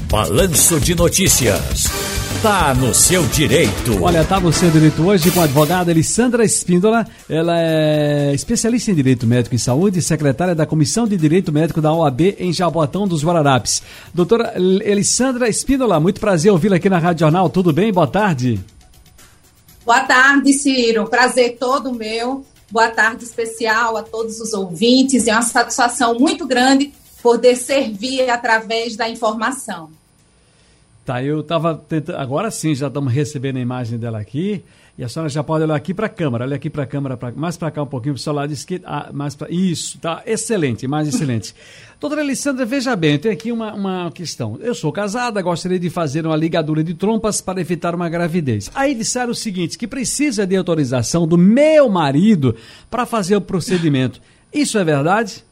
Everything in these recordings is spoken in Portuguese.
Balanço de Notícias. Tá no seu direito. Olha, tá no seu direito hoje com a advogada Elissandra Espíndola. Ela é especialista em Direito Médico e Saúde e secretária da Comissão de Direito Médico da OAB em Jaboatão dos Guararapes. Doutora Elissandra Espíndola, muito prazer ouvi-la aqui na Rádio Jornal. Tudo bem? Boa tarde. Boa tarde, Ciro. Prazer todo meu. Boa tarde especial a todos os ouvintes. É uma satisfação muito grande poder servir através da informação. Tá, eu estava tentando, agora sim já estamos recebendo a imagem dela aqui, e a senhora já pode olhar aqui para a câmera, olha aqui para a câmera, mais para cá um pouquinho, para o seu lado esquerdo, mais para isso, tá, excelente, imagem excelente. Doutora Elissandra, veja bem, tem aqui uma questão, eu sou casada, gostaria de fazer uma ligadura de trompas para evitar uma gravidez. Aí disseram o seguinte, que precisa de autorização do meu marido para fazer o procedimento, isso é verdade?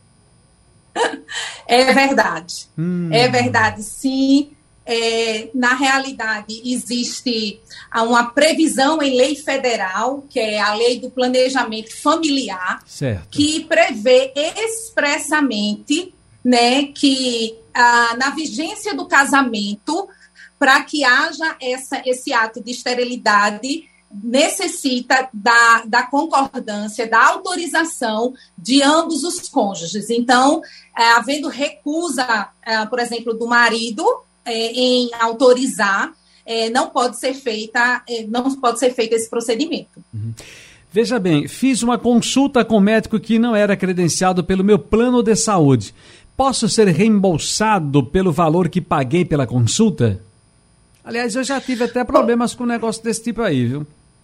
É verdade, é verdade sim. Na realidade, existe uma previsão em lei federal, que é a Lei do Planejamento Familiar, certo, que prevê expressamente, né, que na vigência do casamento, para que haja esse ato de esterilidade, necessita da concordância, da autorização de ambos os cônjuges. Então, havendo recusa, por exemplo, do marido em autorizar, não pode ser feito esse procedimento. Uhum. Veja bem, fiz uma consulta com um médico que não era credenciado pelo meu plano de saúde. Posso ser reembolsado pelo valor que paguei pela consulta? Aliás, eu já tive até problemas com um negócio desse tipo aí, viu?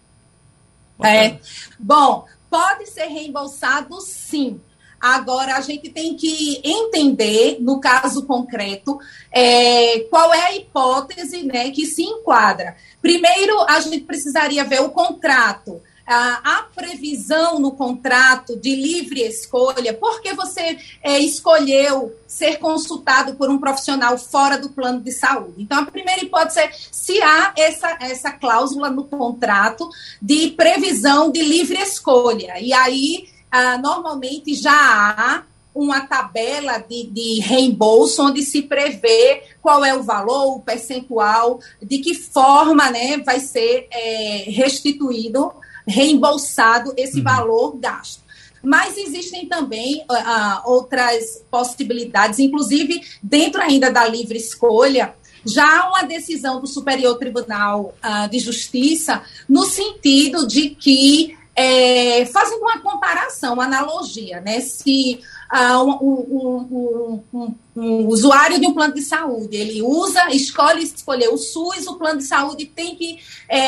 Bom, pode ser reembolsado sim. Agora, a gente tem que entender, no caso concreto, qual é a hipótese, né, que se enquadra. Primeiro, a gente precisaria ver o contrato. A previsão no contrato de livre escolha, porque você escolheu ser consultado por um profissional fora do plano de saúde. Então, a primeira hipótese é se há essa cláusula no contrato de previsão de livre escolha. E aí, normalmente, já há uma tabela de reembolso onde se prevê qual é o valor, o percentual, de que forma, né, vai ser reembolsado esse valor gasto. Mas existem também outras possibilidades, inclusive dentro ainda da livre escolha, já há uma decisão do Superior Tribunal de Justiça no sentido de que, fazendo uma comparação, uma analogia, né, se um usuário de um plano de saúde, ele escolhe escolher o SUS, o plano de saúde tem que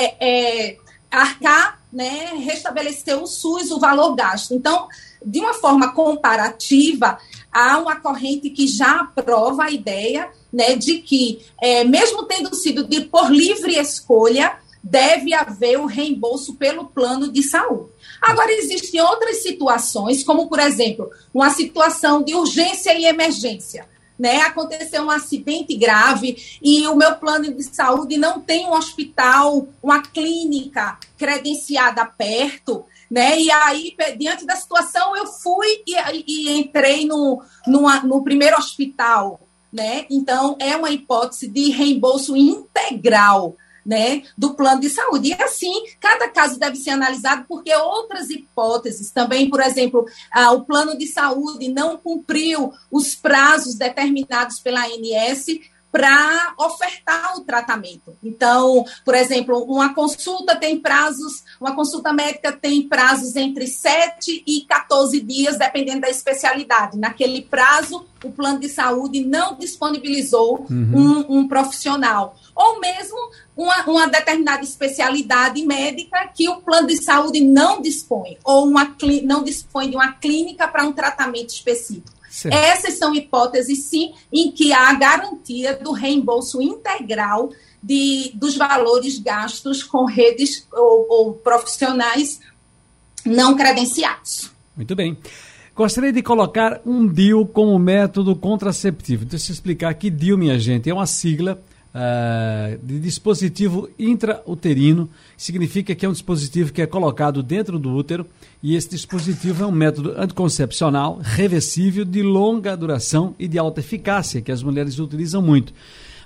arcar, né, restabelecer o SUS, o valor gasto. Então, de uma forma comparativa, há uma corrente que já aprova a ideia, né, de que, mesmo tendo sido por livre escolha, deve haver o reembolso pelo plano de saúde. Agora, existem outras situações, como, por exemplo, uma situação de urgência e emergência. Né, aconteceu um acidente grave e o meu plano de saúde não tem um hospital, uma clínica credenciada perto, né? E aí, diante da situação, eu fui e entrei no primeiro hospital, né? Então, é uma hipótese de reembolso integral, né, do plano de saúde. E assim, cada caso deve ser analisado, porque outras hipóteses também, por exemplo, o plano de saúde não cumpriu os prazos determinados pela ANS para ofertar o tratamento. Então, por exemplo, uma consulta médica tem prazos entre 7 e 14 dias, dependendo da especialidade. Naquele prazo, o plano de saúde não disponibilizou um profissional. Ou mesmo uma determinada especialidade médica que o plano de saúde não dispõe, ou não dispõe de uma clínica para um tratamento específico. Certo. Essas são hipóteses, sim, em que há a garantia do reembolso integral dos valores gastos com redes ou profissionais não credenciados. Muito bem. Gostaria de colocar um DIU como método contraceptivo. Deixa eu explicar que DIU, minha gente, é uma sigla de dispositivo intrauterino, significa que é um dispositivo que é colocado dentro do útero, e esse dispositivo é um método anticoncepcional reversível de longa duração e de alta eficácia, que as mulheres utilizam muito.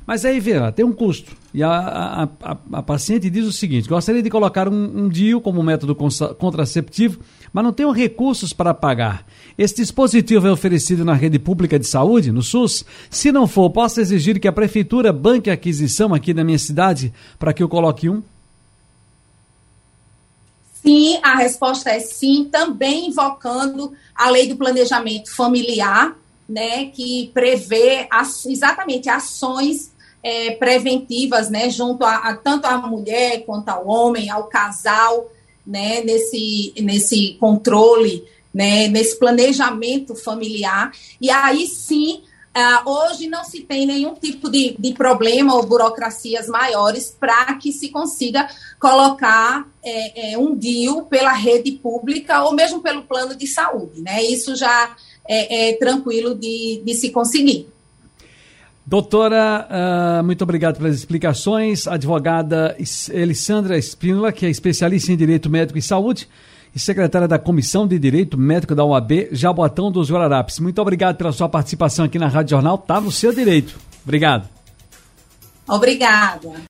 Mas aí, vê, tem um custo. E a paciente diz o seguinte: gostaria de colocar um DIU como método contraceptivo, mas não tenho recursos para pagar. Esse dispositivo é oferecido na rede pública de saúde, no SUS? Se não for, posso exigir que a prefeitura banque a aquisição aqui na minha cidade para que eu coloque um? Sim, a resposta é sim, também invocando a lei do planejamento familiar, né, que prevê exatamente ações preventivas, né, junto a tanto à mulher quanto ao homem, ao casal, né, nesse controle, né, nesse planejamento familiar. E aí sim, hoje não se tem nenhum tipo de problema ou burocracias maiores para que se consiga colocar um DIU pela rede pública ou mesmo pelo plano de saúde, né? Isso já é tranquilo de se conseguir. Doutora, muito obrigado pelas explicações. Advogada Elissandra Espínola, que é especialista em Direito Médico e Saúde e secretária da Comissão de Direito Médico da UAB Jaboatão dos Guararapes. Muito obrigado pela sua participação aqui na Rádio Jornal. Tá no seu direito. Obrigado. Obrigada.